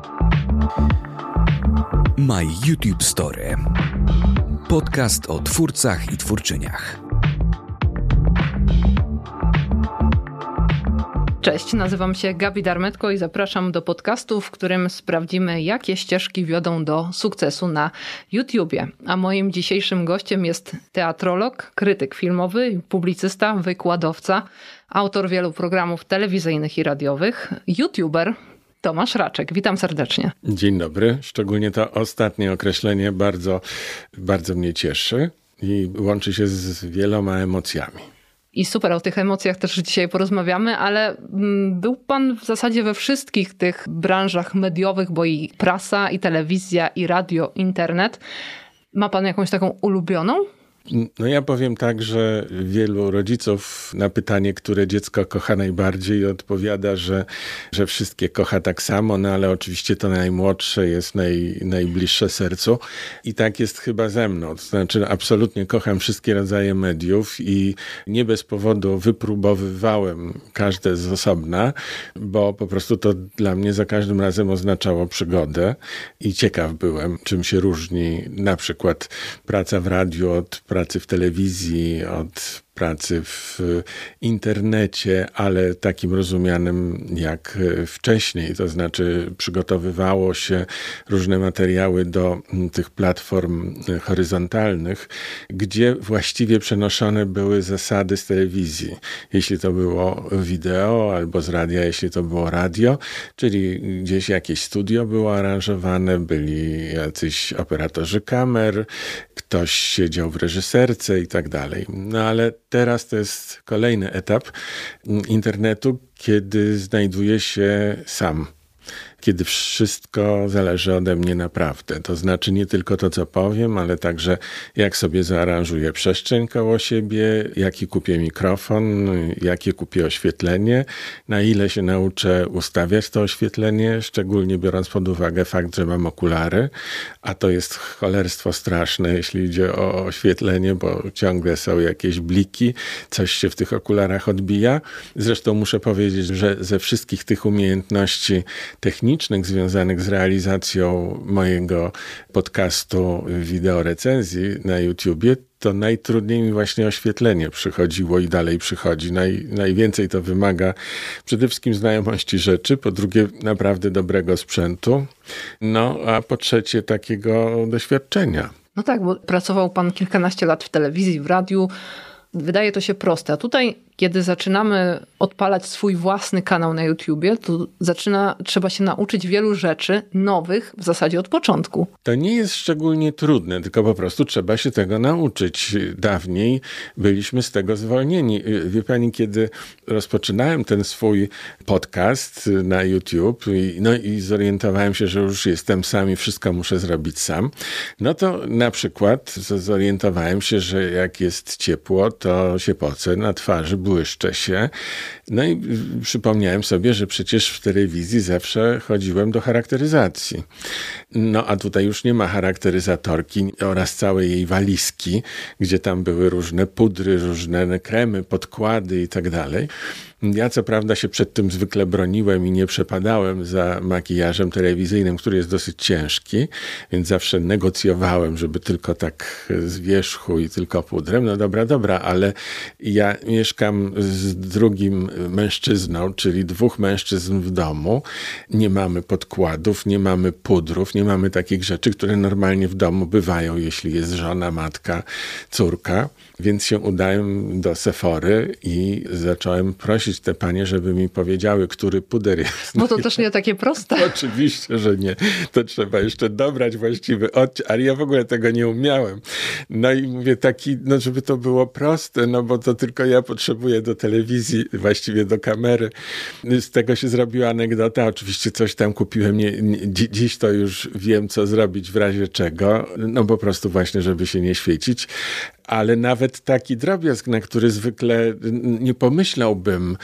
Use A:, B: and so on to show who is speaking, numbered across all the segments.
A: My YouTube Story. Podcast o twórcach i twórczyniach.
B: Cześć, nazywam się Gabi Darmetko i zapraszam do podcastu, w którym sprawdzimy, jakie ścieżki wiodą do sukcesu na YouTubie. A moim dzisiejszym gościem jest teatrolog, krytyk filmowy, publicysta, wykładowca, autor wielu programów telewizyjnych i radiowych, YouTuber Tomasz Raczek. Witam serdecznie.
C: Dzień dobry. Szczególnie to ostatnie określenie bardzo mnie cieszy i łączy się z wieloma emocjami.
B: I super, o tych emocjach też dzisiaj porozmawiamy, ale był pan w zasadzie we wszystkich tych branżach mediowych, bo i prasa, i telewizja, i radio, internet. Ma pan jakąś taką ulubioną?
C: No ja powiem tak, że wielu rodziców na pytanie, które dziecko kocha najbardziej, odpowiada, że wszystkie kocha tak samo, no ale oczywiście to najmłodsze jest najbliższe sercu i tak jest chyba ze mną. To znaczy absolutnie kocham wszystkie rodzaje mediów i nie bez powodu wypróbowywałem każde z osobna, bo po prostu to dla mnie za każdym razem oznaczało przygodę i ciekaw byłem, czym się różni na przykład praca w radiu od pracy w telewizji, od pracy w internecie, ale takim rozumianym jak wcześniej. To znaczy przygotowywało się różne materiały do tych platform horyzontalnych, gdzie właściwie przenoszone były zasady z telewizji. Jeśli to było wideo albo z radia, jeśli to było radio, czyli gdzieś jakieś studio było aranżowane, byli jacyś operatorzy kamer, ktoś siedział w reżyserce i tak dalej. No ale teraz to jest kolejny etap internetu, kiedy znajduję się sam. Kiedy wszystko zależy ode mnie naprawdę. To znaczy nie tylko to, co powiem, ale także jak sobie zaaranżuję przestrzeń koło siebie, jaki kupię mikrofon, jakie kupię oświetlenie, na ile się nauczę ustawiać to oświetlenie, szczególnie biorąc pod uwagę fakt, że mam okulary, a to jest cholerstwo straszne, jeśli idzie o oświetlenie, bo ciągle są jakieś bliki, coś się w tych okularach odbija. Zresztą muszę powiedzieć, że ze wszystkich tych umiejętności technicznych związanych z realizacją mojego podcastu wideorecenzji na YouTubie, to najtrudniej mi właśnie oświetlenie przychodziło i dalej przychodzi. Najwięcej to wymaga przede wszystkim znajomości rzeczy, po drugie naprawdę dobrego sprzętu, no a po trzecie takiego doświadczenia.
B: No tak, bo pracował pan kilkanaście lat w telewizji, w radiu. Wydaje to się proste. A tutaj, kiedy zaczynamy odpalać swój własny kanał na YouTubie, to trzeba się nauczyć wielu rzeczy nowych w zasadzie od początku.
C: To nie jest szczególnie trudne, tylko po prostu trzeba się tego nauczyć. Dawniej byliśmy z tego zwolnieni. Wie pani, kiedy rozpoczynałem ten swój podcast na YouTube i zorientowałem się, że już jestem sam i wszystko muszę zrobić sam, no to na przykład zorientowałem się, że jak jest ciepło, to się pocę na twarzy, błyszczę się. No i przypomniałem sobie, że przecież w telewizji zawsze chodziłem do charakteryzacji. No a tutaj już nie ma charakteryzatorki oraz całej jej walizki, gdzie tam były różne pudry, różne kremy, podkłady i tak dalej. Ja co prawda się przed tym zwykle broniłem i nie przepadałem za makijażem telewizyjnym, który jest dosyć ciężki, więc zawsze negocjowałem, żeby tylko tak z wierzchu i tylko pudrem. No dobra, ale ja mieszkam z drugim mężczyzną, czyli dwóch mężczyzn w domu. Nie mamy podkładów, nie mamy pudrów, nie mamy takich rzeczy, które normalnie w domu bywają, jeśli jest żona, matka, córka. Więc się udałem do Sephory i zacząłem prosić te panie, żeby mi powiedziały, który puder jest.
B: Bo to też nie takie proste.
C: Oczywiście, że nie. To trzeba jeszcze dobrać właściwy odcień, ale ja w ogóle tego nie umiałem. No i mówię żeby to było proste, no bo to tylko ja potrzebuję do telewizji, właściwie do kamery. Z tego się zrobiła anegdota. Oczywiście coś tam kupiłem. Dziś to już wiem, co zrobić w razie czego. No po prostu właśnie, żeby się nie świecić. Ale nawet taki drobiazg, na który zwykle nie pomyślałbym,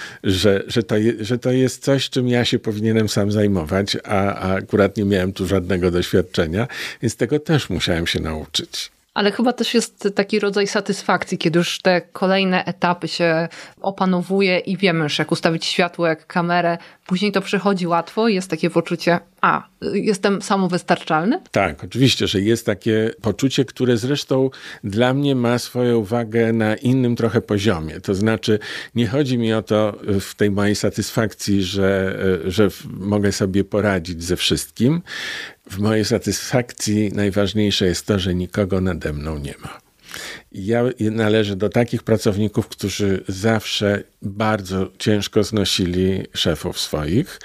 C: że to jest coś, czym ja się powinienem sam zajmować, a akurat nie miałem tu żadnego doświadczenia, więc tego też musiałem się nauczyć.
B: Ale chyba też jest taki rodzaj satysfakcji, kiedy już te kolejne etapy się opanowuje i wiemy już, jak ustawić światło, jak kamerę. później to przychodzi łatwo i jest takie poczucie, jestem samowystarczalny?
C: Tak, oczywiście, że jest takie poczucie, które zresztą dla mnie ma swoją wagę na innym trochę poziomie. To znaczy, nie chodzi mi o to w tej mojej satysfakcji, że mogę sobie poradzić ze wszystkim. W mojej satysfakcji najważniejsze jest to, że nikogo nade mną nie ma. Ja należę do takich pracowników, którzy zawsze bardzo ciężko znosili szefów swoich.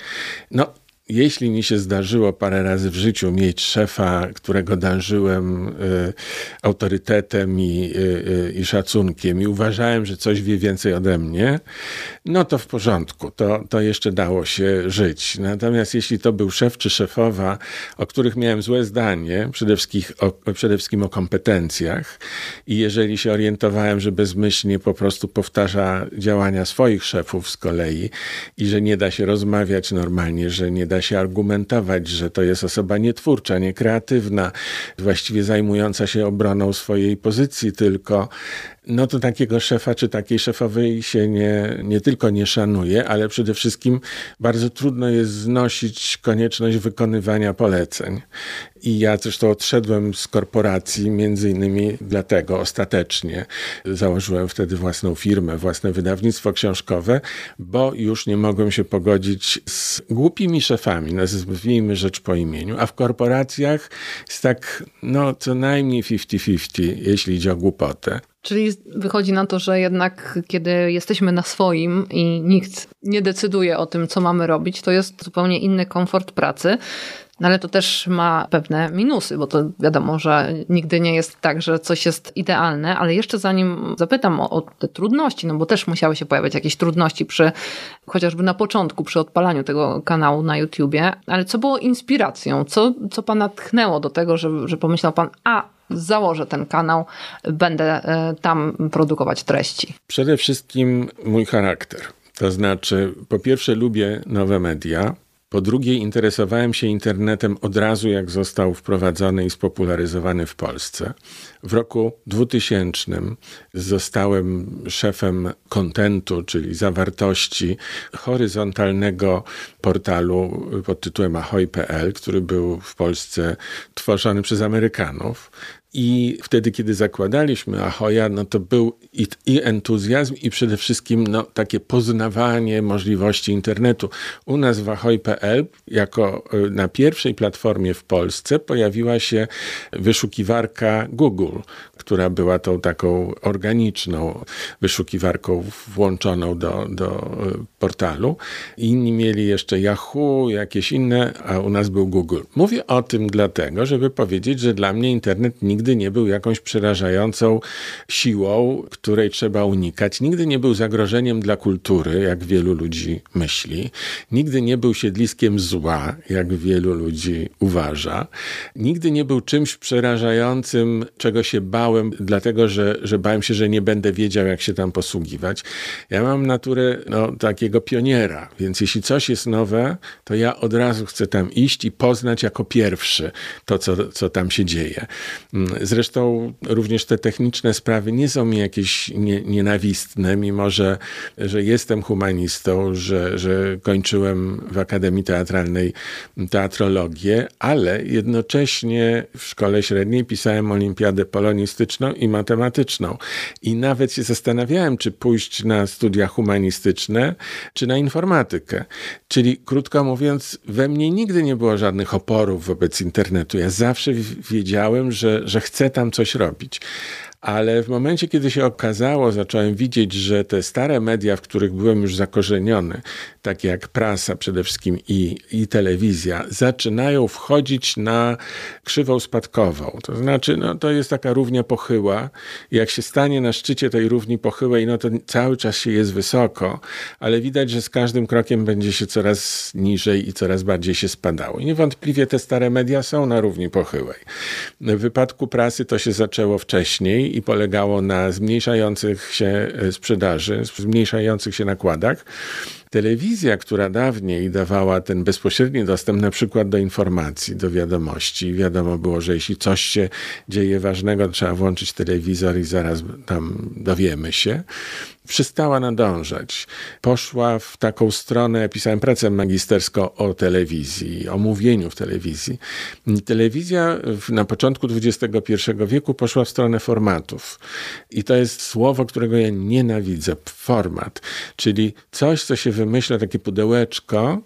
C: Jeśli mi się zdarzyło parę razy w życiu mieć szefa, którego darzyłem autorytetem i szacunkiem i uważałem, że coś wie więcej ode mnie, to w porządku, to jeszcze dało się żyć. Natomiast jeśli to był szef czy szefowa, o których miałem złe zdanie, przede wszystkim o kompetencjach, i jeżeli się orientowałem, że bezmyślnie po prostu powtarza działania swoich szefów z kolei i że nie da się rozmawiać normalnie, że nie da się argumentować, że to jest osoba nietwórcza, niekreatywna, właściwie zajmująca się obroną swojej pozycji tylko, to takiego szefa czy takiej szefowej się nie tylko nie szanuje, ale przede wszystkim bardzo trudno jest znosić konieczność wykonywania poleceń. I ja zresztą odszedłem z korporacji między innymi dlatego ostatecznie. Założyłem wtedy własną firmę, własne wydawnictwo książkowe, bo już nie mogłem się pogodzić z głupimi szefami, nazwijmy rzecz po imieniu. A w korporacjach jest tak, co najmniej 50-50, jeśli idzie o głupotę.
B: Czyli wychodzi na to, że jednak kiedy jesteśmy na swoim i nikt nie decyduje o tym, co mamy robić, to jest zupełnie inny komfort pracy. Ale to też ma pewne minusy, bo to wiadomo, że nigdy nie jest tak, że coś jest idealne, ale jeszcze zanim zapytam o te trudności, bo też musiały się pojawiać jakieś trudności chociażby na początku, przy odpalaniu tego kanału na YouTubie, ale co było inspiracją? Co pana tchnęło do tego, że pomyślał pan, założę ten kanał, będę tam produkować treści?
C: Przede wszystkim mój charakter. To znaczy, po pierwsze lubię nowe media, po drugie interesowałem się internetem od razu, jak został wprowadzony i spopularyzowany w Polsce. W roku 2000 zostałem szefem kontentu, czyli zawartości horyzontalnego portalu pod tytułem ahoj.pl, który był w Polsce tworzony przez Amerykanów. I wtedy, kiedy zakładaliśmy Ahoja, to był i entuzjazm, i przede wszystkim takie poznawanie możliwości internetu. U nas w ahoj.pl, jako na pierwszej platformie w Polsce, pojawiła się wyszukiwarka Google, która była tą taką organiczną wyszukiwarką włączoną do portalu. Inni mieli jeszcze Yahoo, jakieś inne, a u nas był Google. Mówię o tym dlatego, żeby powiedzieć, że dla mnie internet nigdy nie był jakąś przerażającą siłą, której trzeba unikać. Nigdy nie był zagrożeniem dla kultury, jak wielu ludzi myśli. Nigdy nie był siedliskiem zła, jak wielu ludzi uważa. Nigdy nie był czymś przerażającym, czego się bałem, dlatego że bałem się, że nie będę wiedział, jak się tam posługiwać. Ja mam naturę takiego pioniera, więc jeśli coś jest nowe, to ja od razu chcę tam iść i poznać jako pierwszy to, co tam się dzieje. Zresztą również te techniczne sprawy nie są mi jakieś nienawistne, mimo że jestem humanistą, że kończyłem w Akademii Teatralnej teatrologię, ale jednocześnie w szkole średniej pisałem olimpiadę polonistyczną i matematyczną. I nawet się zastanawiałem, czy pójść na studia humanistyczne, czy na informatykę. Czyli krótko mówiąc, we mnie nigdy nie było żadnych oporów wobec internetu. Ja zawsze wiedziałem, że chcę tam coś robić. Ale w momencie, kiedy się okazało, zacząłem widzieć, że te stare media, w których byłem już zakorzeniony, takie jak prasa przede wszystkim i telewizja, zaczynają wchodzić na krzywą spadkową. To znaczy, to jest taka równia pochyła. Jak się stanie na szczycie tej równi pochyłej, to cały czas się jest wysoko, ale widać, że z każdym krokiem będzie się coraz niżej i coraz bardziej się spadało. I niewątpliwie te stare media są na równi pochyłej. W wypadku prasy to się zaczęło wcześniej i polegało na zmniejszających się sprzedaży, zmniejszających się nakładach. Telewizja, która dawniej dawała ten bezpośredni dostęp na przykład do informacji, do wiadomości. Wiadomo było, że jeśli coś się dzieje ważnego, trzeba włączyć telewizor i zaraz tam dowiemy się. Przestała nadążać. Poszła w taką stronę, ja pisałem pracę magisterską o mówieniu w telewizji. Telewizja na początku XXI wieku poszła w stronę formatów. I to jest słowo, którego ja nienawidzę. Format. Czyli coś, co się wymyśla, takie pudełeczko,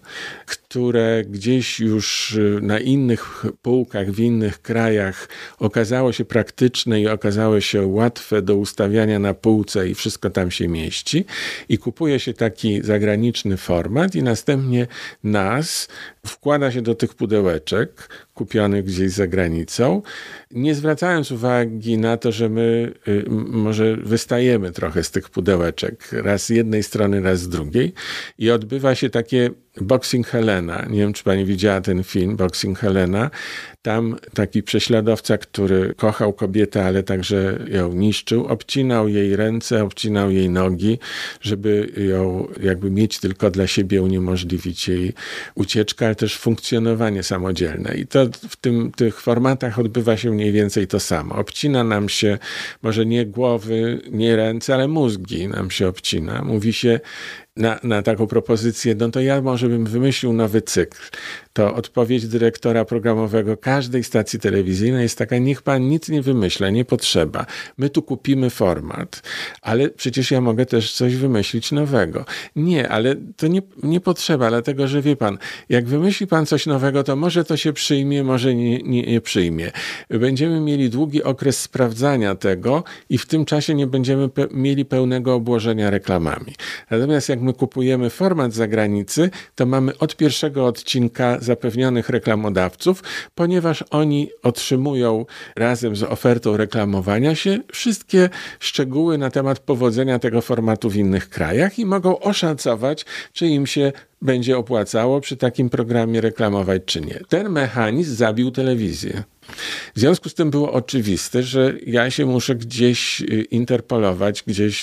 C: które gdzieś już na innych półkach, w innych krajach okazało się praktyczne i okazało się łatwe do ustawiania na półce i wszystko tam się mieści. I kupuje się taki zagraniczny format i następnie nas wkłada się do tych pudełeczek kupionych gdzieś za granicą, nie zwracając uwagi na to, że my może wystajemy trochę z tych pudełeczek, raz z jednej strony, raz z drugiej i odbywa się takie Boxing Helena. Nie wiem, czy pani widziała ten film, Boxing Helena. Tam taki prześladowca, który kochał kobietę, ale także ją niszczył, obcinał jej ręce, obcinał jej nogi, żeby ją jakby mieć tylko dla siebie, uniemożliwić jej ucieczkę, ale też funkcjonowanie samodzielne. I to w tych formatach odbywa się mniej więcej to samo. Obcina nam się, może nie głowy, nie ręce, ale mózgi nam się obcina. Mówi się na taką propozycję, no to ja może bym wymyślił nowy cykl. To odpowiedź dyrektora programowego każdej stacji telewizyjnej jest taka: niech pan nic nie wymyśla, nie potrzeba. My tu kupimy format, ale przecież ja mogę też coś wymyślić nowego. Nie, ale to nie potrzeba, dlatego że wie pan, jak wymyśli pan coś nowego, to może to się przyjmie, może nie przyjmie. Będziemy mieli długi okres sprawdzania tego i w tym czasie nie będziemy mieli pełnego obłożenia reklamami. Natomiast jak my kupujemy format z zagranicy, to mamy od pierwszego odcinka zapewnionych reklamodawców, ponieważ oni otrzymują razem z ofertą reklamowania się wszystkie szczegóły na temat powodzenia tego formatu w innych krajach i mogą oszacować, czy im się będzie opłacało przy takim programie reklamować, czy nie. Ten mechanizm zabił telewizję. W związku z tym było oczywiste, że ja się muszę gdzieś interpolować, gdzieś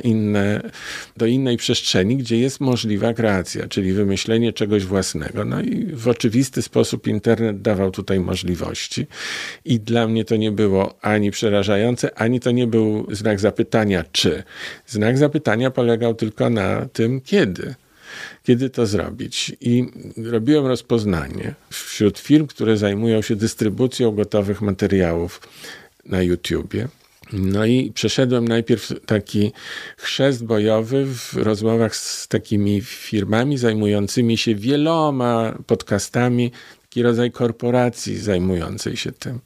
C: do innej przestrzeni, gdzie jest możliwa kreacja, czyli wymyślenie czegoś własnego. No i w oczywisty sposób internet dawał tutaj możliwości i dla mnie to nie było ani przerażające, ani to nie był znak zapytania czy. Znak zapytania polegał tylko na tym kiedy. Kiedy to zrobić? I robiłem rozpoznanie wśród firm, które zajmują się dystrybucją gotowych materiałów na YouTubie. No i przeszedłem najpierw taki chrzest bojowy w rozmowach z takimi firmami zajmującymi się wieloma podcastami, taki rodzaj korporacji zajmującej się tym.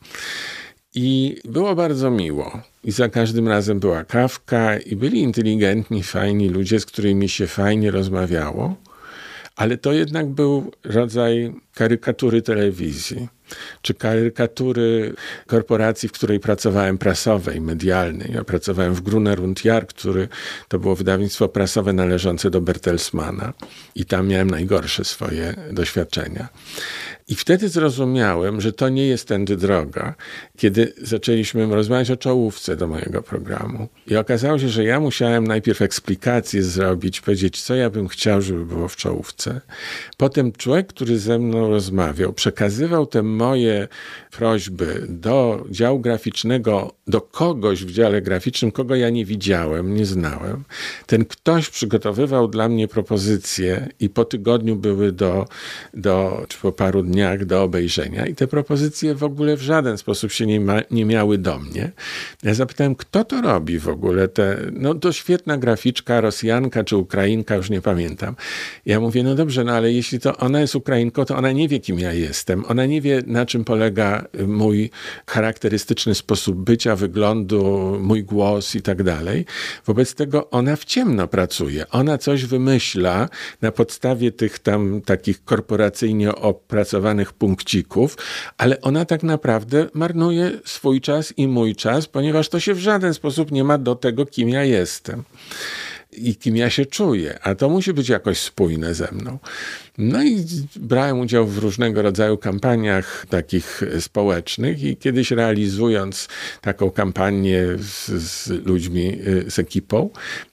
C: I było bardzo miło. I za każdym razem była kawka i byli inteligentni, fajni ludzie, z którymi się fajnie rozmawiało. Ale to jednak był rodzaj karykatury telewizji, czy karykatury korporacji, w której pracowałem, prasowej, medialnej. Ja pracowałem w Gruner und Jahr, to było wydawnictwo prasowe należące do Bertelsmana i tam miałem najgorsze swoje doświadczenia. I wtedy zrozumiałem, że to nie jest tędy droga, kiedy zaczęliśmy rozmawiać o czołówce do mojego programu. I okazało się, że ja musiałem najpierw eksplikację zrobić, powiedzieć, co ja bym chciał, żeby było w czołówce. Potem człowiek, który ze mną rozmawiał, przekazywał te moje prośby do działu graficznego, do kogoś w dziale graficznym, kogo ja nie widziałem, nie znałem. Ten ktoś przygotowywał dla mnie propozycje i po tygodniu były czy po paru dniach do obejrzenia i te propozycje w ogóle w żaden sposób się nie miały do mnie. Ja zapytałem, kto to robi w ogóle? To świetna graficzka, Rosjanka czy Ukrainka, już nie pamiętam. Ja mówię, no dobrze, no ale jeśli to ona jest Ukrainką, to ona nie wie, kim ja jestem. Ona nie wie, na czym polega mój charakterystyczny sposób bycia, wyglądu, mój głos i tak dalej. Wobec tego ona w ciemno pracuje. Ona coś wymyśla na podstawie tych tam takich korporacyjnie opracowanych punkcików, ale ona tak naprawdę marnuje swój czas i mój czas, ponieważ to się w żaden sposób nie ma do tego, kim ja jestem i kim ja się czuję, a to musi być jakoś spójne ze mną. No i brałem udział w różnego rodzaju kampaniach takich społecznych i kiedyś realizując taką kampanię z ludźmi, z ekipą,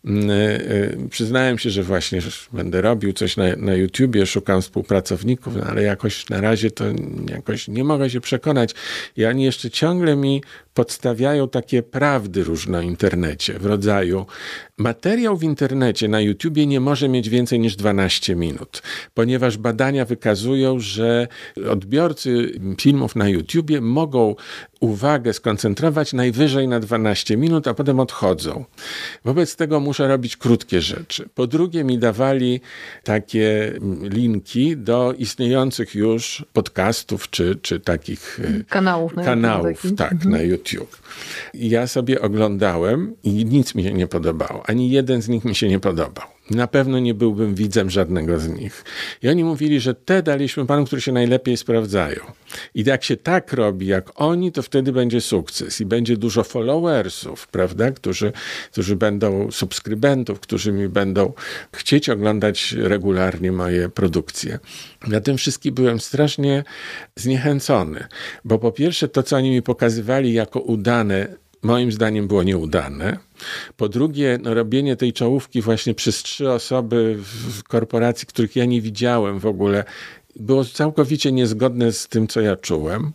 C: przyznałem się, że właśnie będę robił coś na YouTubie, szukam współpracowników, ale jakoś na razie to jakoś nie mogę się przekonać. I oni jeszcze ciągle mi podstawiają takie prawdy różne o internecie, w rodzaju materiał w internecie na YouTubie nie może mieć więcej niż 12 minut, ponieważ badania wykazują, że odbiorcy filmów na YouTubie mogą uwagę skoncentrować najwyżej na 12 minut, a potem odchodzą. Wobec tego muszę robić krótkie rzeczy. Po drugie mi dawali takie linki do istniejących już podcastów czy takich kanałów tak, na YouTube. I ja sobie oglądałem i nic mi się nie podobało. Ani jeden z nich mi się nie podobał. Na pewno nie byłbym widzem żadnego z nich. I oni mówili, że te daliśmy panu, które się najlepiej sprawdzają. I jak się tak robi, jak oni, to wtedy będzie sukces. I będzie dużo followersów, prawda? Którzy będą subskrybentów, którzy mi będą chcieć oglądać regularnie moje produkcje. Na tym wszystkim byłem strasznie zniechęcony. Bo po pierwsze to, co oni mi pokazywali jako udane, moim zdaniem było nieudane. Po drugie, robienie tej czołówki właśnie przez 3 osoby w korporacji, których ja nie widziałem w ogóle, było całkowicie niezgodne z tym, co ja czułem.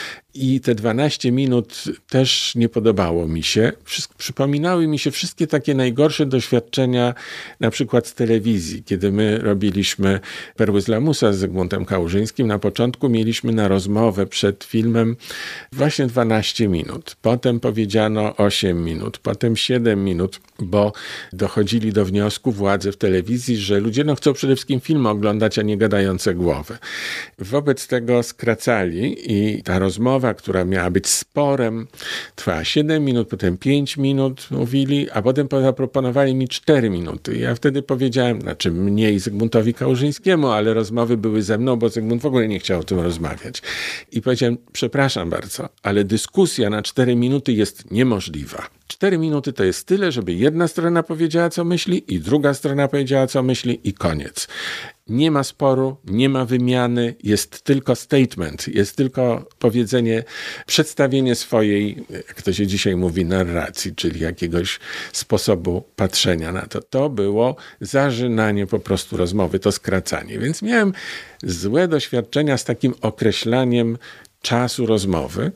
C: I te 12 minut też nie podobało mi się. Przypominały mi się wszystkie takie najgorsze doświadczenia, na przykład z telewizji. Kiedy my robiliśmy Perły z Lamusa z Zygmuntem Kałużyńskim, na początku mieliśmy na rozmowę przed filmem właśnie 12 minut. Potem powiedziano 8 minut, potem 7 minut, bo dochodzili do wniosku władze w telewizji, że ludzie chcą przede wszystkim filmy oglądać, a nie gadające głowy. Wobec tego skracali i ta rozmowa, która miała być sporem, trwała 7 minut, potem 5 minut mówili, a potem zaproponowali mi 4 minuty. Ja wtedy powiedziałem, mniej Zygmuntowi Kałużyńskiemu, ale rozmowy były ze mną, bo Zygmunt w ogóle nie chciał o tym rozmawiać. I powiedziałem, przepraszam bardzo, ale dyskusja na 4 minuty jest niemożliwa. 4 minuty to jest tyle, żeby jedna strona powiedziała, co myśli i druga strona powiedziała, co myśli i koniec. Nie ma sporu, nie ma wymiany, jest tylko statement, jest tylko powiedzenie, przedstawienie swojej, jak to się dzisiaj mówi, narracji, czyli jakiegoś sposobu patrzenia na to. To było zażynanie po prostu rozmowy, to skracanie. Więc miałem złe doświadczenia z takim określaniem czasu rozmowy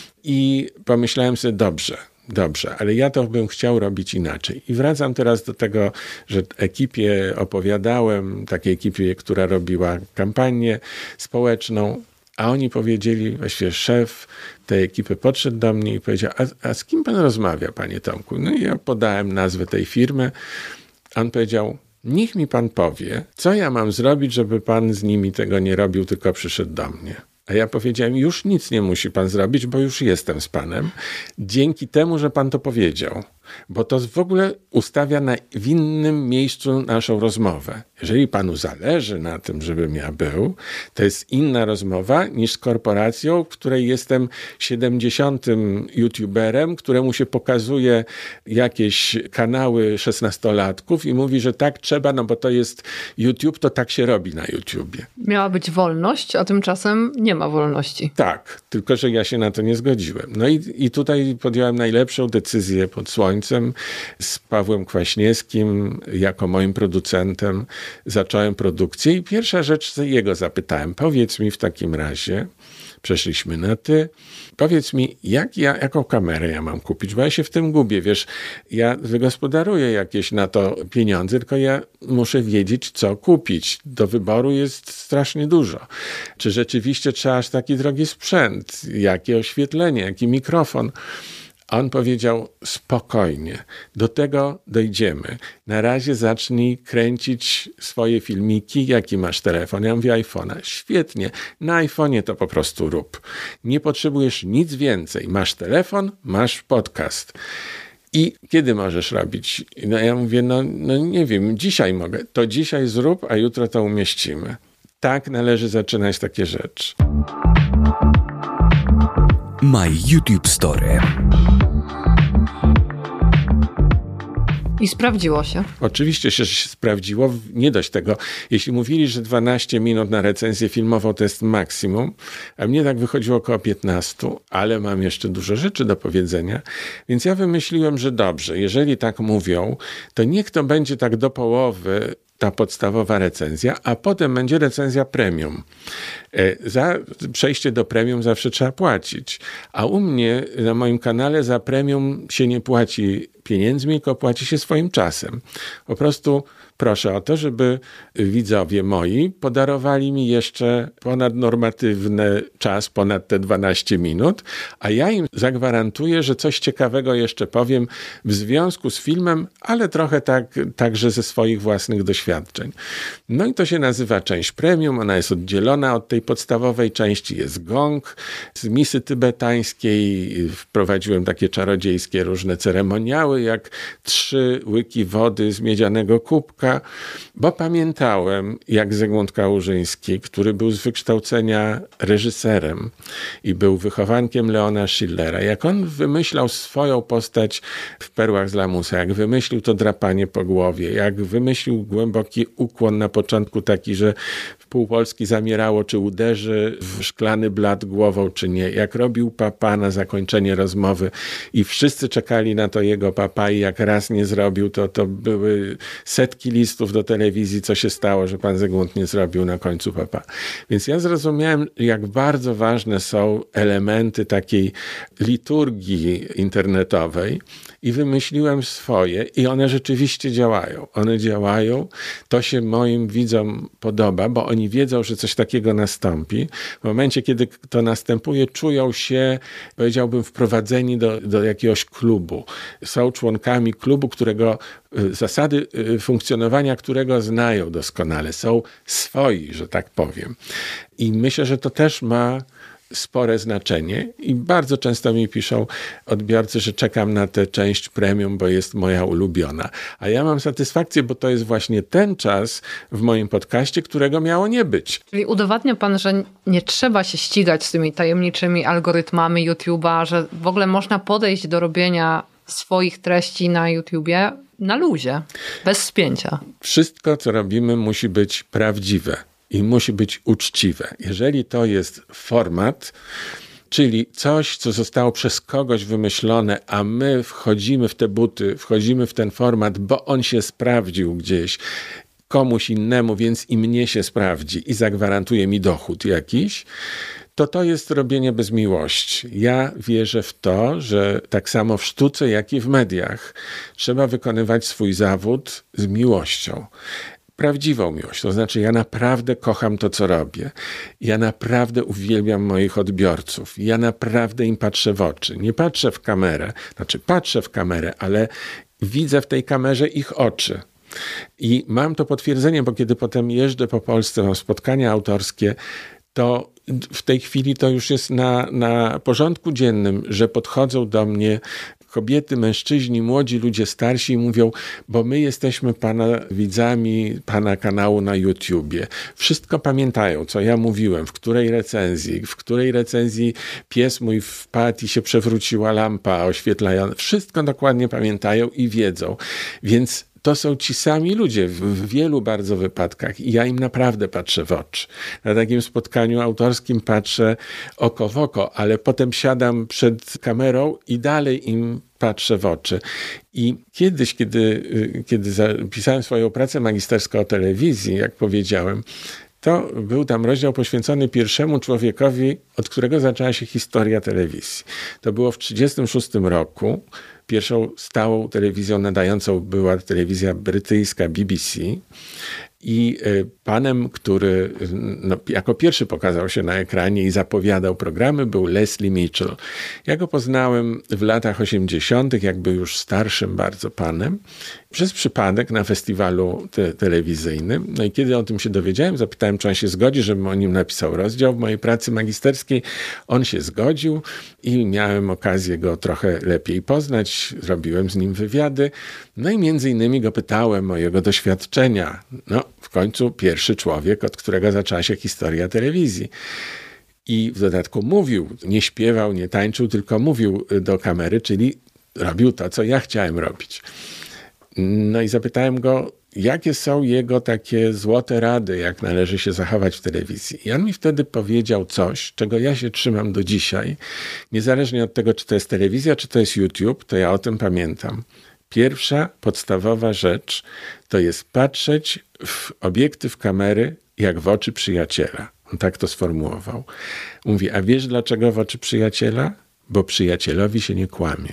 C: i pomyślałem sobie, Dobrze, ale ja to bym chciał robić inaczej. I wracam teraz do tego, że ekipie opowiadałem, takiej ekipie, która robiła kampanię społeczną, a oni powiedzieli, właściwie szef tej ekipy podszedł do mnie i powiedział, a z kim pan rozmawia, panie Tomku? No i ja podałem nazwę tej firmy. On powiedział, niech mi pan powie, co ja mam zrobić, żeby pan z nimi tego nie robił, tylko przyszedł do mnie. A ja powiedziałem, już nic nie musi pan zrobić, bo już jestem z panem. Dzięki temu, że pan to powiedział. Bo to w ogóle ustawia w innym miejscu naszą rozmowę. Jeżeli panu zależy na tym, żebym ja był, to jest inna rozmowa niż z korporacją, w której jestem 70. youtuberem, któremu się pokazuje jakieś kanały 16-latków i mówi, że tak trzeba, bo to jest YouTube, to tak się robi na YouTubie.
B: Miała być wolność, a tymczasem nie ma wolności.
C: Tak, tylko że ja się na to nie zgodziłem. No i tutaj podjąłem najlepszą decyzję pod słońcem. Z Pawłem Kwaśniewskim jako moim producentem zacząłem produkcję i pierwsza rzecz jego zapytałem, powiedz mi w takim razie, przeszliśmy na ty, powiedz mi, jaką kamerę ja mam kupić, bo ja się w tym gubię, wiesz, ja wygospodaruję jakieś na to pieniądze, tylko ja muszę wiedzieć, co kupić. Do wyboru jest strasznie dużo. Czy rzeczywiście trzeba aż taki drogi sprzęt, jakie oświetlenie, jaki mikrofon. On powiedział, spokojnie, do tego dojdziemy. Na razie zacznij kręcić swoje filmiki, jaki masz telefon. Ja mówię iPhone'a. Świetnie, na iPhone'ie to po prostu rób. Nie potrzebujesz nic więcej. Masz telefon, masz podcast. I kiedy możesz robić? No ja mówię, no nie wiem, dzisiaj mogę. To dzisiaj zrób, a jutro to umieścimy. Tak należy zaczynać takie rzeczy.
A: My YouTube Story.
B: I sprawdziło się.
C: Oczywiście się sprawdziło. Nie dość tego. Jeśli mówili, że 12 minut na recenzję filmową to jest maksimum, a mnie tak wychodziło około 15, ale mam jeszcze dużo rzeczy do powiedzenia, więc ja wymyśliłem, że dobrze, jeżeli tak mówią, to niech to będzie tak do połowy ta podstawowa recenzja, a potem będzie recenzja premium. Za przejście do premium zawsze trzeba płacić. A u mnie na moim kanale za premium się nie płaci pieniędzmi, tylko płaci się swoim czasem. Po prostu proszę o to, żeby widzowie moi podarowali mi jeszcze ponadnormatywny czas, ponad te 12 minut, a ja im zagwarantuję, że coś ciekawego jeszcze powiem w związku z filmem, ale trochę także ze swoich własnych doświadczeń. No i to się nazywa część premium, ona jest oddzielona od tej podstawowej części, jest gong z misy tybetańskiej, wprowadziłem takie czarodziejskie różne ceremoniały, jak 3 łyki wody z miedzianego kubka, bo pamiętałem, jak Zygmunt Kałużyński, który był z wykształcenia reżyserem i był wychowankiem Leona Schillera, jak on wymyślał swoją postać w Perłach z lamusa, jak wymyślił to drapanie po głowie, jak wymyślił głęboki ukłon na początku taki, że pół Polski zamierało, czy uderzy w szklany blat głową, czy nie. Jak robił papa na zakończenie rozmowy i wszyscy czekali na to jego papa i jak raz nie zrobił, to były setki listów do telewizji, co się stało, że pan Zygmunt nie zrobił na końcu papa. Więc ja zrozumiałem, jak bardzo ważne są elementy takiej liturgii internetowej i wymyśliłem swoje i one rzeczywiście działają. One działają, to się moim widzom podoba, bo oni wiedzą, że coś takiego nastąpi. W momencie, kiedy to następuje, czują się, powiedziałbym, wprowadzeni do jakiegoś klubu. Są członkami klubu, którego zasady funkcjonowania którego znają doskonale. Są swoi, że tak powiem. I myślę, że to też ma spore znaczenie i bardzo często mi piszą odbiorcy, że czekam na tę część premium, bo jest moja ulubiona. A ja mam satysfakcję, bo to jest właśnie ten czas w moim podcaście, którego miało nie być.
B: Czyli udowadnia pan, że nie trzeba się ścigać z tymi tajemniczymi algorytmami YouTube'a, że w ogóle można podejść do robienia swoich treści na YouTubie na luzie, bez spięcia.
C: Wszystko, co robimy, musi być prawdziwe. I musi być uczciwe. Jeżeli to jest format, czyli coś, co zostało przez kogoś wymyślone, a my wchodzimy w te buty, wchodzimy w ten format, bo on się sprawdził gdzieś komuś innemu, więc i mnie się sprawdzi i zagwarantuje mi dochód jakiś, to jest robienie bez miłości. Ja wierzę w to, że tak samo w sztuce, jak i w mediach trzeba wykonywać swój zawód z miłością. Prawdziwą miłość, to znaczy ja naprawdę kocham to, co robię. Ja naprawdę uwielbiam moich odbiorców. Ja naprawdę im patrzę w oczy. Nie patrzę w kamerę, znaczy patrzę w kamerę, ale widzę w tej kamerze ich oczy. I mam to potwierdzenie, bo kiedy potem jeżdżę po Polsce, mam spotkania autorskie, to w tej chwili to już jest na porządku dziennym, że podchodzą do mnie kobiety, mężczyźni, młodzi ludzie starsi i mówią, bo my jesteśmy pana widzami, pana kanału na YouTubie. Wszystko pamiętają, co ja mówiłem, w której recenzji pies mój wpadł i się przewróciła lampa oświetlająca. Wszystko dokładnie pamiętają i wiedzą. Więc to są ci sami ludzie w wielu bardzo wypadkach i ja im naprawdę patrzę w oczy. Na takim spotkaniu autorskim patrzę oko w oko, ale potem siadam przed kamerą i dalej im patrzę w oczy. I kiedyś, kiedy zapisałem swoją pracę magisterską o telewizji, jak powiedziałem, to był tam rozdział poświęcony pierwszemu człowiekowi, od którego zaczęła się historia telewizji. To było w 1936 roku. Pierwszą stałą telewizją nadającą była telewizja brytyjska BBC. I panem, który jako pierwszy pokazał się na ekranie i zapowiadał programy, był Leslie Mitchell. Ja go poznałem w latach 80., jakby już starszym bardzo panem, przez przypadek na festiwalu telewizyjnym. No i kiedy o tym się dowiedziałem, zapytałem, czy on się zgodzi, żebym o nim napisał rozdział w mojej pracy magisterskiej. On się zgodził i miałem okazję go trochę lepiej poznać. Zrobiłem z nim wywiady. No i między innymi go pytałem o jego doświadczenia. No, w końcu pierwszy człowiek, od którego zaczęła się historia telewizji. I w dodatku mówił, nie śpiewał, nie tańczył, tylko mówił do kamery, czyli robił to, co ja chciałem robić. No i zapytałem go, jakie są jego takie złote rady, jak należy się zachować w telewizji. I on mi wtedy powiedział coś, czego ja się trzymam do dzisiaj. Niezależnie od tego, czy to jest telewizja, czy to jest YouTube, to ja o tym pamiętam. Pierwsza, podstawowa rzecz to jest patrzeć w obiektyw kamery jak w oczy przyjaciela. On tak to sformułował. Mówi, a wiesz dlaczego w oczy przyjaciela? Bo przyjacielowi się nie kłamie.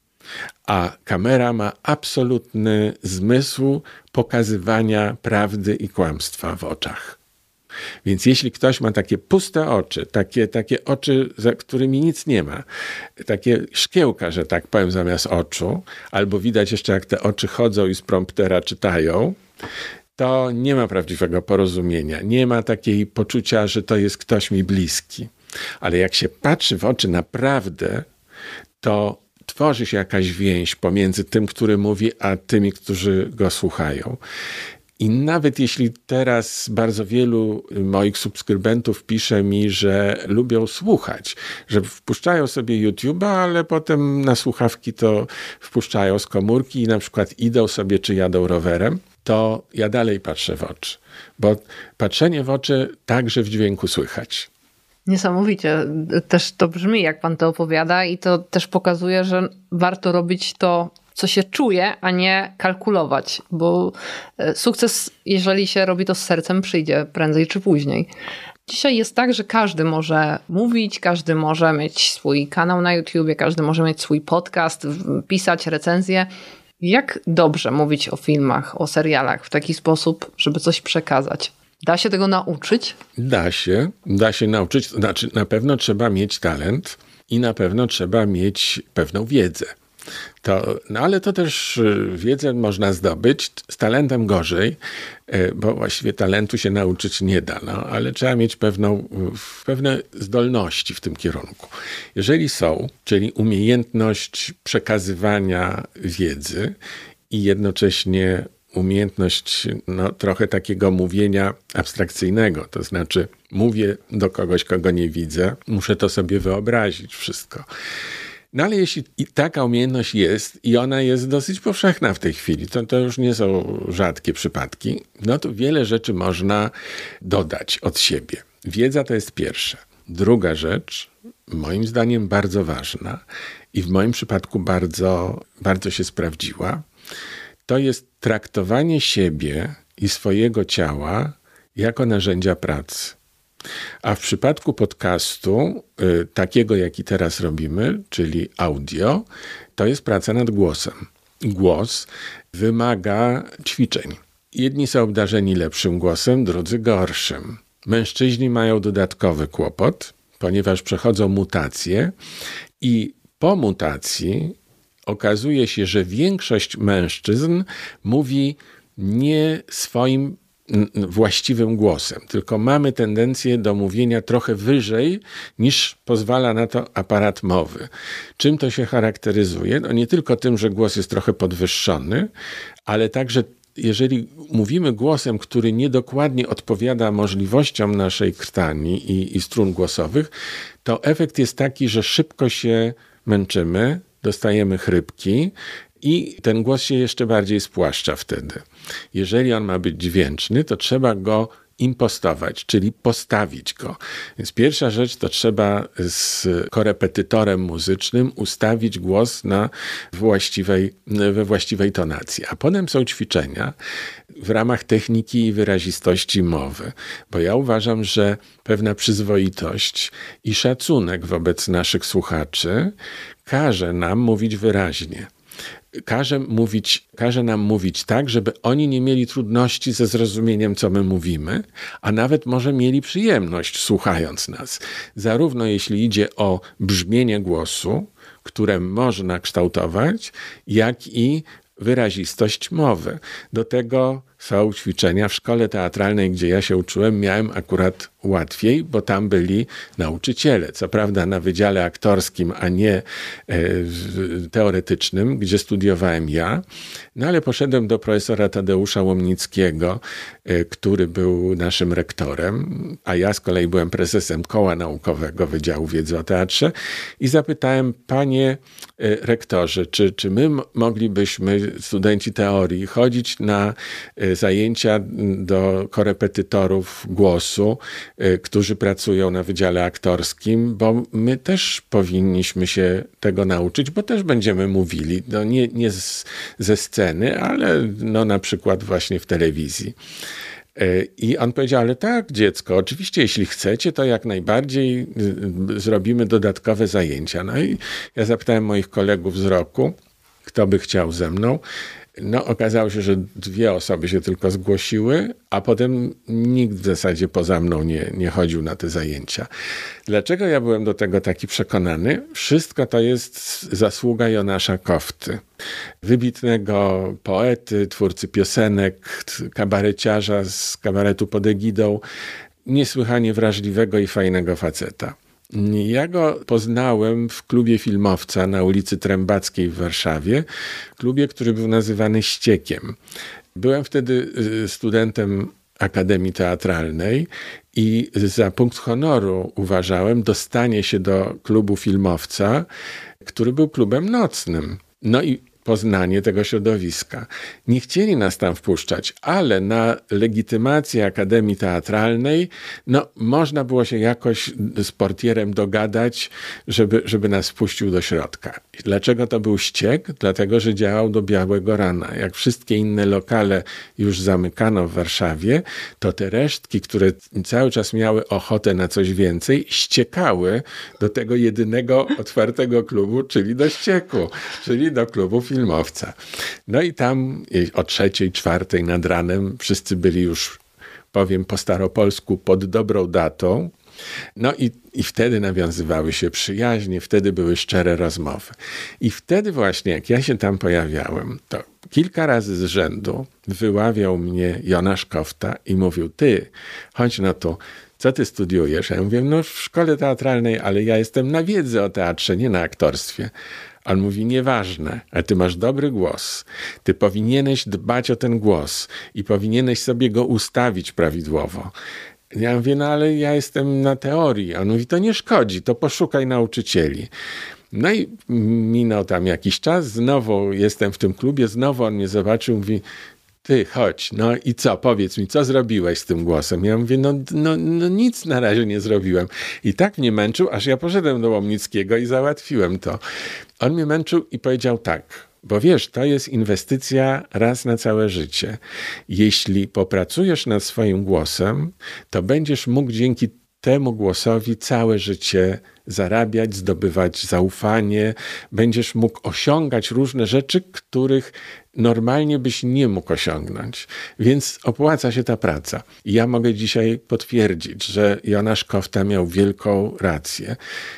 C: A kamera ma absolutny zmysł pokazywania prawdy i kłamstwa w oczach. Więc jeśli ktoś ma takie puste oczy, takie oczy, za którymi nic nie ma, takie szkiełka, że tak powiem, zamiast oczu, albo widać jeszcze, jak te oczy chodzą i z promptera czytają, to nie ma prawdziwego porozumienia. Nie ma takiej poczucia, że to jest ktoś mi bliski. Ale jak się patrzy w oczy naprawdę, to tworzy się jakaś więź pomiędzy tym, który mówi, a tymi, którzy go słuchają. I nawet jeśli teraz bardzo wielu moich subskrybentów pisze mi, że lubią słuchać, że wpuszczają sobie YouTube'a, ale potem na słuchawki to wpuszczają z komórki i na przykład idą sobie czy jadą rowerem, to ja dalej patrzę w oczy. Bo patrzenie w oczy także w dźwięku słychać.
B: Niesamowicie. Też to brzmi, jak pan to opowiada i to też pokazuje, że warto robić to, co się czuje, a nie kalkulować, bo sukces, jeżeli się robi to z sercem, przyjdzie prędzej czy później. Dzisiaj jest tak, że każdy może mówić, każdy może mieć swój kanał na YouTubie, każdy może mieć swój podcast, pisać recenzje. Jak dobrze mówić o filmach, o serialach w taki sposób, żeby coś przekazać? Da się tego nauczyć?
C: Da się nauczyć. Znaczy, na pewno trzeba mieć talent i na pewno trzeba mieć pewną wiedzę. Ale to też wiedzę można zdobyć, z talentem gorzej, bo właściwie talentu się nauczyć nie da, ale trzeba mieć pewne zdolności w tym kierunku. Jeżeli są, czyli umiejętność przekazywania wiedzy i jednocześnie umiejętność trochę takiego mówienia abstrakcyjnego, to znaczy mówię do kogoś, kogo nie widzę, muszę to sobie wyobrazić wszystko. No ale jeśli taka umiejętność jest i ona jest dosyć powszechna w tej chwili, to już nie są rzadkie przypadki, no to wiele rzeczy można dodać od siebie. Wiedza to jest pierwsza. Druga rzecz, moim zdaniem bardzo ważna i w moim przypadku bardzo, bardzo się sprawdziła, to jest traktowanie siebie i swojego ciała jako narzędzia pracy. A w przypadku podcastu, takiego jaki teraz robimy, czyli audio, to jest praca nad głosem. Głos wymaga ćwiczeń. Jedni są obdarzeni lepszym głosem, drudzy gorszym. Mężczyźni mają dodatkowy kłopot, ponieważ przechodzą mutacje i po mutacji okazuje się, że większość mężczyzn mówi nie swoim właściwym głosem, tylko mamy tendencję do mówienia trochę wyżej niż pozwala na to aparat mowy. Czym to się charakteryzuje? No nie tylko tym, że głos jest trochę podwyższony, ale także jeżeli mówimy głosem, który niedokładnie odpowiada możliwościom naszej krtani i strun głosowych, to efekt jest taki, że szybko się męczymy, dostajemy chrypki i ten głos się jeszcze bardziej spłaszcza wtedy. Jeżeli on ma być dźwięczny, to trzeba go impostować, czyli postawić go. Więc pierwsza rzecz to trzeba z korepetytorem muzycznym ustawić głos we właściwej tonacji. A potem są ćwiczenia w ramach techniki i wyrazistości mowy. Bo ja uważam, że pewna przyzwoitość i szacunek wobec naszych słuchaczy każe nam mówić wyraźnie. Każe nam mówić tak, żeby oni nie mieli trudności ze zrozumieniem, co my mówimy, a nawet może mieli przyjemność słuchając nas. Zarówno jeśli idzie o brzmienie głosu, które można kształtować, jak i wyrazistość mowy. Do tego są ćwiczenia. W szkole teatralnej, gdzie ja się uczyłem, miałem akurat łatwiej, bo tam byli nauczyciele. Co prawda na wydziale aktorskim, a nie teoretycznym, gdzie studiowałem ja. No ale poszedłem do profesora Tadeusza Łomnickiego, który był naszym rektorem, a ja z kolei byłem prezesem Koła Naukowego Wydziału Wiedzy o Teatrze i zapytałem: panie rektorze, czy my moglibyśmy, studenci teorii, chodzić na zajęcia do korepetytorów głosu, którzy pracują na wydziale aktorskim, bo my też powinniśmy się tego nauczyć, bo też będziemy mówili, no nie ze sceny, ale no na przykład właśnie w telewizji. I on powiedział: ale tak, dziecko, oczywiście, jeśli chcecie, to jak najbardziej zrobimy dodatkowe zajęcia. No i ja zapytałem moich kolegów z roku, kto by chciał ze mną. No okazało się, że 2 osoby się tylko zgłosiły, a potem nikt w zasadzie poza mną nie chodził na te zajęcia. Dlaczego ja byłem do tego taki przekonany? Wszystko to jest zasługa Jonasza Kofty, wybitnego poety, twórcy piosenek, kabareciarza z kabaretu Pod Egidą, niesłychanie wrażliwego i fajnego faceta. Ja go poznałem w klubie Filmowca na ulicy Trębackiej w Warszawie, klubie, który był nazywany Ściekiem. Byłem wtedy studentem Akademii Teatralnej i za punkt honoru uważałem dostanie się do klubu Filmowca, który był klubem nocnym. No i poznanie tego środowiska. Nie chcieli nas tam wpuszczać, ale na legitymację Akademii Teatralnej można było się jakoś z portierem dogadać, żeby nas wpuścił do środka. Dlaczego to był Ściek? Dlatego, że działał do białego rana. Jak wszystkie inne lokale już zamykano w Warszawie, to te resztki, które cały czas miały ochotę na coś więcej, ściekały do tego jedynego otwartego klubu, czyli do Ścieku, czyli do klubu Filmowca. No i tam o 3:00, 4:00 nad ranem wszyscy byli już, powiem po staropolsku, pod dobrą datą. No i wtedy nawiązywały się przyjaźnie, wtedy były szczere rozmowy. I wtedy właśnie, jak ja się tam pojawiałem, to kilka razy z rzędu wyławiał mnie Jonasz Kofta i mówił: ty, chodź no tu, co ty studiujesz? Ja mówię: no w szkole teatralnej, ale ja jestem na wiedzy o teatrze, nie na aktorstwie. On mówi: nieważne, ale ty masz dobry głos. Ty powinieneś dbać o ten głos i powinieneś sobie go ustawić prawidłowo. Ja mówię: no ale ja jestem na teorii. On mówi: to nie szkodzi, to poszukaj nauczycieli. No i minął tam jakiś czas, znowu jestem w tym klubie, znowu on mnie zobaczył, mówi: ty, chodź, no i co, powiedz mi, co zrobiłeś z tym głosem? Ja mówię: no nic na razie nie zrobiłem. I tak mnie męczył, aż ja poszedłem do Łomnickiego i załatwiłem to. On mnie męczył i powiedział tak: bo wiesz, to jest inwestycja raz na całe życie. Jeśli popracujesz nad swoim głosem, to będziesz mógł dzięki temu głosowi całe życie zarabiać, zdobywać zaufanie, będziesz mógł osiągać różne rzeczy, których normalnie byś nie mógł osiągnąć. Więc opłaca się ta praca. I ja mogę dzisiaj potwierdzić, że Jonasz Kofta miał wielką rację.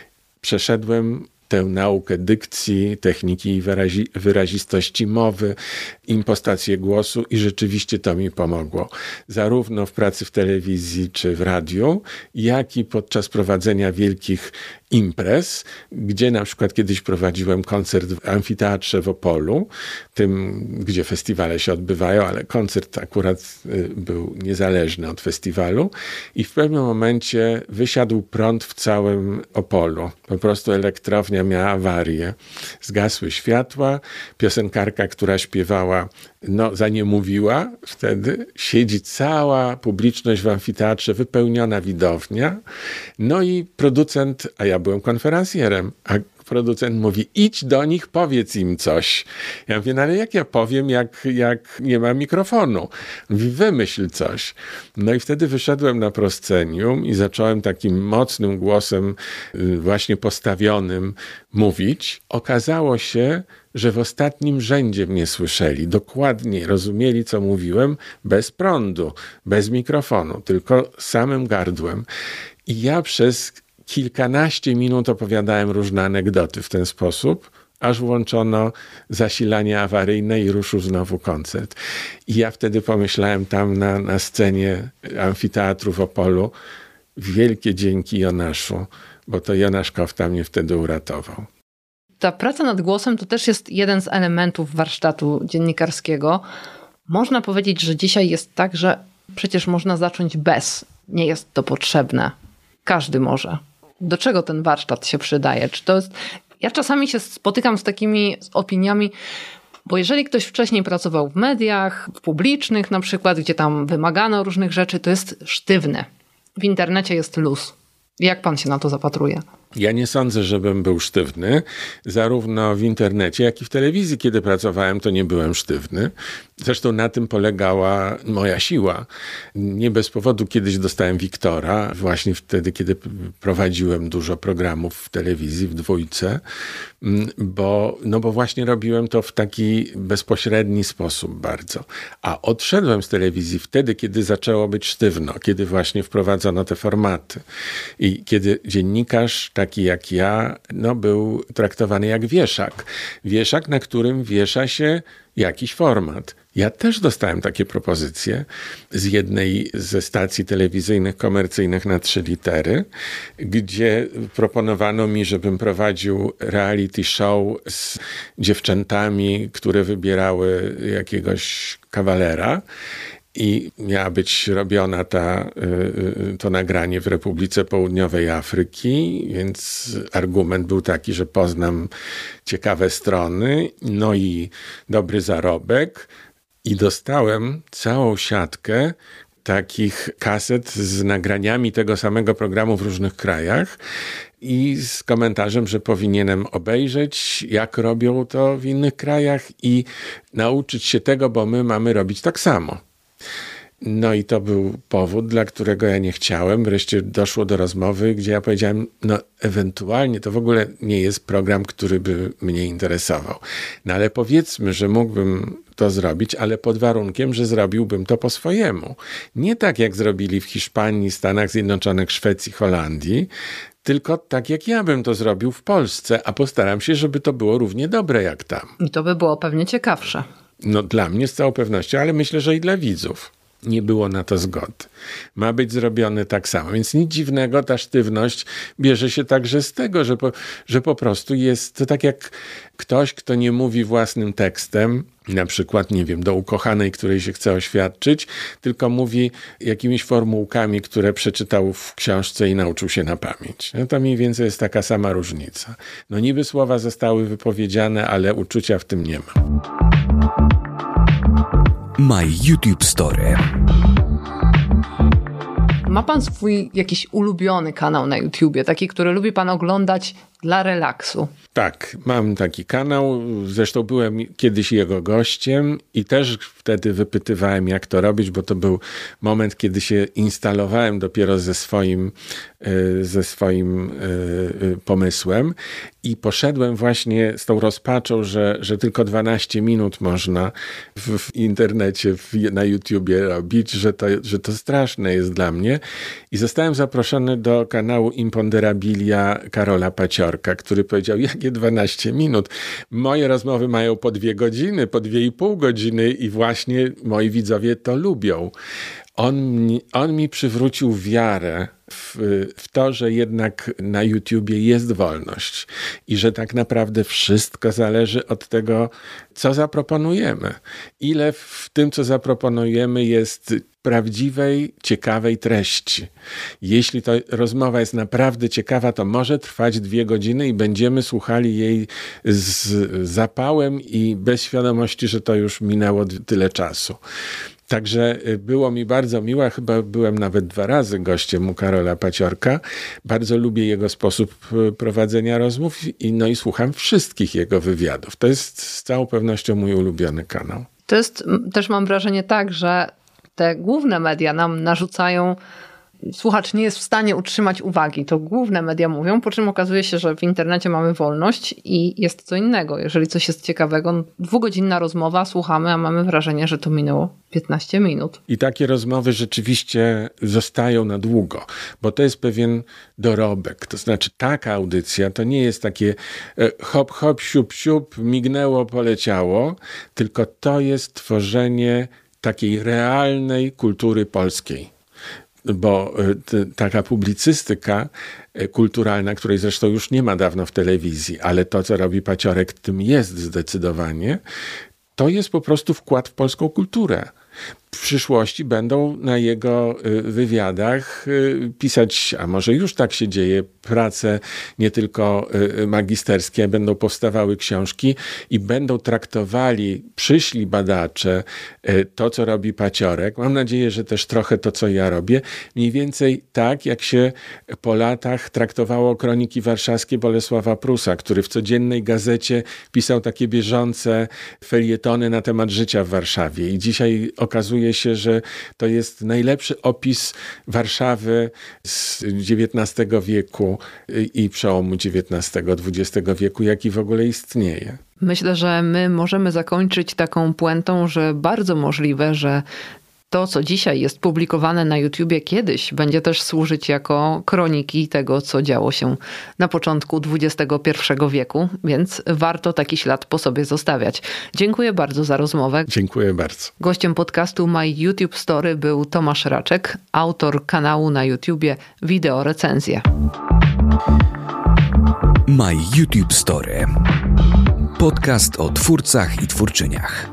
C: Przeszedłem tę naukę dykcji, techniki wyrazistości mowy, impostację głosu i rzeczywiście to mi pomogło. Zarówno w pracy w telewizji czy w radiu, jak i podczas prowadzenia wielkich imprez, gdzie na przykład kiedyś prowadziłem koncert w amfiteatrze w Opolu, tym, gdzie festiwale się odbywają, ale koncert akurat był niezależny od festiwalu i w pewnym momencie wysiadł prąd w całym Opolu. Po prostu elektrownia miała awarię. Zgasły światła, piosenkarka, która śpiewała, zaniemówiła wtedy, siedzi cała publiczność w amfiteatrze, wypełniona widownia, no i producent, a ja byłem konferencjerem, a producent mówi: idź do nich, powiedz im coś. Ja mówię: no ale jak ja powiem, jak nie ma mikrofonu? Mówi: wymyśl coś. No i wtedy wyszedłem na proscenium i zacząłem takim mocnym głosem, właśnie postawionym, mówić. Okazało się, że w ostatnim rzędzie mnie słyszeli. Dokładnie rozumieli, co mówiłem, bez prądu, bez mikrofonu, tylko samym gardłem. I ja przez kilkanaście minut opowiadałem różne anegdoty w ten sposób, aż włączono zasilanie awaryjne i ruszył znowu koncert. I ja wtedy pomyślałem tam na scenie amfiteatru w Opolu, wielkie dzięki Jonaszu, bo to Jonasz Kofta mnie wtedy uratował.
B: Ta praca nad głosem to też jest jeden z elementów warsztatu dziennikarskiego. Można powiedzieć, że dzisiaj jest tak, że przecież można zacząć bez. Nie jest to potrzebne. Każdy może. Do czego ten warsztat się przydaje? Czy to jest... Ja czasami się spotykam z takimi opiniami, bo jeżeli ktoś wcześniej pracował w mediach, w publicznych na przykład, gdzie tam wymagano różnych rzeczy, to jest sztywne. W internecie jest luz. Jak pan się na to zapatruje?
C: Ja nie sądzę, żebym był sztywny. Zarówno w internecie, jak i w telewizji, kiedy pracowałem, to nie byłem sztywny. Zresztą na tym polegała moja siła. Nie bez powodu kiedyś dostałem Wiktora, właśnie wtedy, kiedy prowadziłem dużo programów w telewizji, w Dwójce, bo właśnie robiłem to w taki bezpośredni sposób bardzo. A odszedłem z telewizji wtedy, kiedy zaczęło być sztywno, kiedy właśnie wprowadzono te formaty. I kiedy dziennikarz taki jak ja, był traktowany jak wieszak. Wieszak, na którym wiesza się jakiś format. Ja też dostałem takie propozycje z jednej ze stacji telewizyjnych komercyjnych na 3 litery, gdzie proponowano mi, żebym prowadził reality show z dziewczętami, które wybierały jakiegoś kawalera. I miała być robiona to nagranie w Republice Południowej Afryki, więc argument był taki, że poznam ciekawe strony, i dobry zarobek. I dostałem całą siatkę takich kaset z nagraniami tego samego programu w różnych krajach i z komentarzem, że powinienem obejrzeć, jak robią to w innych krajach i nauczyć się tego, bo my mamy robić tak samo. I to był powód, dla którego ja nie chciałem. Wreszcie doszło do rozmowy, gdzie ja powiedziałem, ewentualnie to w ogóle nie jest program, który by mnie interesował. Ale powiedzmy, że mógłbym to zrobić, ale pod warunkiem, że zrobiłbym to po swojemu. Nie tak, jak zrobili w Hiszpanii, Stanach Zjednoczonych, Szwecji, Holandii, tylko tak, jak ja bym to zrobił w Polsce, a postaram się, żeby to było równie dobre jak tam.
B: I to by było pewnie ciekawsze.
C: Dla mnie z całą pewnością, ale myślę, że i dla widzów. Nie było na to zgody. Ma być zrobione tak samo. Więc nic dziwnego, ta sztywność bierze się także z tego, że po prostu jest to tak jak ktoś, kto nie mówi własnym tekstem, na przykład, do ukochanej, której się chce oświadczyć, tylko mówi jakimiś formułkami, które przeczytał w książce i nauczył się na pamięć. To mniej więcej jest taka sama różnica. Niby słowa zostały wypowiedziane, ale uczucia w tym nie ma.
A: My YouTube Story.
B: Ma pan swój jakiś ulubiony kanał na YouTubie, taki, który lubi pan oglądać dla relaksu?
C: Tak, mam taki kanał. Zresztą byłem kiedyś jego gościem i też wtedy wypytywałem, jak to robić, bo to był moment, kiedy się instalowałem dopiero ze swoim pomysłem i poszedłem właśnie z tą rozpaczą, że tylko 12 minut można w internecie, na YouTubie robić, że to straszne jest dla mnie. I zostałem zaproszony do kanału Imponderabilia Karola Paciorka, który powiedział, jakie 12 minut? Moje rozmowy mają po 2 godziny, po 2,5 godziny i właśnie moi widzowie to lubią. On mi przywrócił wiarę w to, że jednak na YouTubie jest wolność i że tak naprawdę wszystko zależy od tego, co zaproponujemy. Ile w tym, co zaproponujemy, jest prawdziwej, ciekawej treści. Jeśli ta rozmowa jest naprawdę ciekawa, to może trwać 2 godziny i będziemy słuchali jej z zapałem i bez świadomości, że to już minęło tyle czasu. Także było mi bardzo miło, chyba byłem nawet 2 razy gościem u Karola Paciorka. Bardzo lubię jego sposób prowadzenia rozmów i słucham wszystkich jego wywiadów. To jest z całą pewnością mój ulubiony kanał.
B: To jest też, mam wrażenie, tak, że te główne media nam narzucają słuchacz nie jest w stanie utrzymać uwagi. To główne media mówią, po czym okazuje się, że w internecie mamy wolność i jest co innego. Jeżeli coś jest ciekawego, 2-godzinna rozmowa, słuchamy, a mamy wrażenie, że to minęło 15 minut.
C: I takie rozmowy rzeczywiście zostają na długo, bo to jest pewien dorobek. To znaczy taka audycja to nie jest takie hop, hop, siup, siup, mignęło, poleciało, tylko to jest tworzenie takiej realnej kultury polskiej. Bo taka publicystyka kulturalna, której zresztą już nie ma dawno w telewizji, ale to, co robi Paciorek, tym jest zdecydowanie, to jest po prostu wkład w polską kulturę. W przyszłości będą na jego wywiadach pisać, a może już tak się dzieje, prace nie tylko magisterskie, będą powstawały książki i będą traktowali przyszli badacze to, co robi Paciorek. Mam nadzieję, że też trochę to, co ja robię. Mniej więcej tak, jak się po latach traktowało Kroniki Warszawskie Bolesława Prusa, który w codziennej gazecie pisał takie bieżące felietony na temat życia w Warszawie. I dzisiaj okazuje się, że to jest najlepszy opis Warszawy z XIX wieku i przełomu XIX-XX wieku, jaki w ogóle istnieje.
B: Myślę, że my możemy zakończyć taką puentą, że bardzo możliwe, że to, co dzisiaj jest publikowane na YouTubie, kiedyś będzie też służyć jako kroniki tego, co działo się na początku XXI wieku, więc warto taki ślad po sobie zostawiać. Dziękuję bardzo za rozmowę.
C: Dziękuję bardzo.
B: Gościem podcastu My YouTube Story był Tomasz Raczek, autor kanału na YouTubie Wideo Recenzje.
A: My YouTube Story. Podcast o twórcach i twórczyniach.